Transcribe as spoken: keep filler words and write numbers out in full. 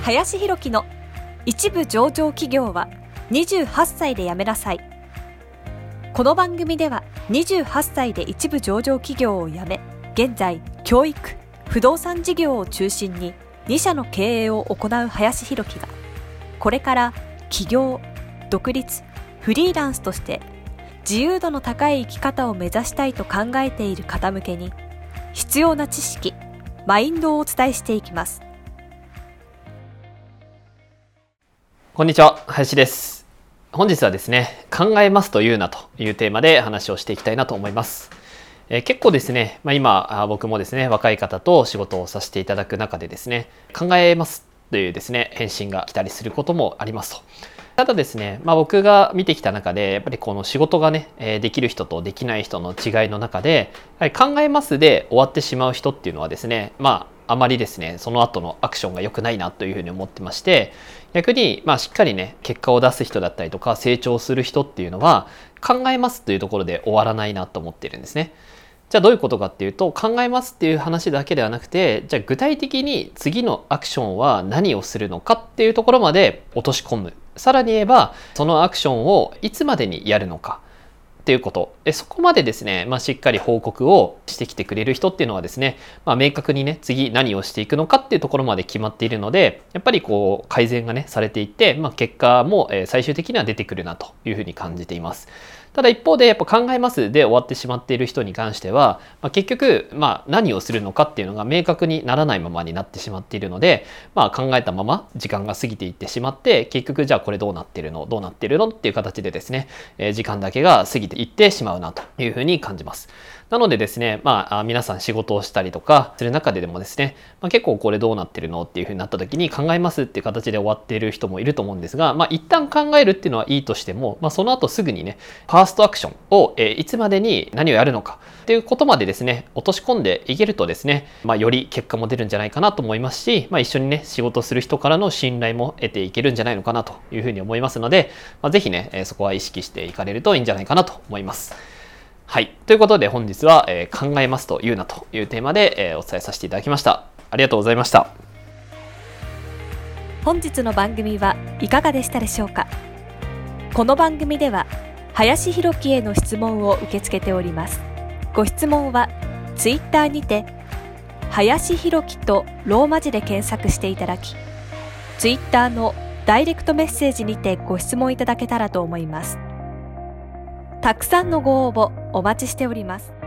林弘樹の一部上場企業はにじゅうはっさいで辞めなさい。この番組ではにじゅうはっさいで一部上場企業を辞め、現在教育、不動産事業を中心にに社の経営を行う林弘樹が、これから起業、独立、フリーランスとして自由度の高い生き方を目指したいと考えている方向けに必要な知識、マインドをお伝えしていきます。 こんにちは、林です。本日はですね、考えますというなというテーマで話をしていきたいなと思います。えー、結構ですね、まあ、今僕もですね、若い方と仕事をさせていただく中でですね、考えますというですね、返信が来たりすることもありますと。ただですね、まあ、僕が見てきた中で、やっぱりこの仕事がね、できる人とできない人の違いの中で、やはり考えますで終わってしまう人っていうのはですね、まあ、あまりですね、その後のアクションが良くないなというふうに思ってまして、逆に、まあ、しっかりね、結果を出す人だったりとか、成長する人っていうのは、考えますというところで終わらないなと思ってるんですね。じゃあどういうことかっていうと、考えますっていう話だけではなくて、じゃあ具体的に次のアクションは何をするのかっていうところまで落とし込む。さらに言えば、そのアクションをいつまでにやるのかっていうこと。そこまでですね、まあ、しっかり報告をしてきてくれる人っていうのはですね、まあ、明確にね、次何をしていくのかっていうところまで決まっているので、やっぱりこう改善がね、されていって、まあ、結果も最終的には出てくるなというふうに感じています。ただ一方でやっぱ考えますで終わってしまっている人に関しては、まあ、結局、まあ、何をするのかっていうのが明確にならないままになってしまっているので、まあ、考えたまま時間が過ぎていってしまって、結局じゃあこれどうなってるのどうなってるのっていう形でですね、えー、時間だけが過ぎていってしまうなというふうに感じます。なのでですね、まあ、皆さん仕事をしたりとかする中ででもですね、まあ、結構これどうなってるのっていうふうになった時に考えますっていう形で終わっている人もいると思うんですが、まあ、一旦考えるっていうのはいいとしても、まあ、その後すぐにね、ファーストアクションを、えー、いつまでに何をやるのかっていうことまでですね、落とし込んでいけるとですね、まあ、より結果も出るんじゃないかなと思いますし、まあ、一緒にね、仕事する人からの信頼も得ていけるんじゃないのかなというふうに思いますので、まあ、ぜひね、そこは意識していかれるといいんじゃないかなと思います。はい。ということで本日は、えー、考えますというなというテーマで、えー、お伝えさせていただきました。ありがとうございました。 本日の番組はいかがでしたでしょうか。この番組では林弘樹への質問を受け付けております。ご質問はツイッターにて林弘樹とローマ字で検索していただき、ツイッターのダイレクトメッセージにてご質問いただけたらと思います。たくさんのご応募お待ちしております。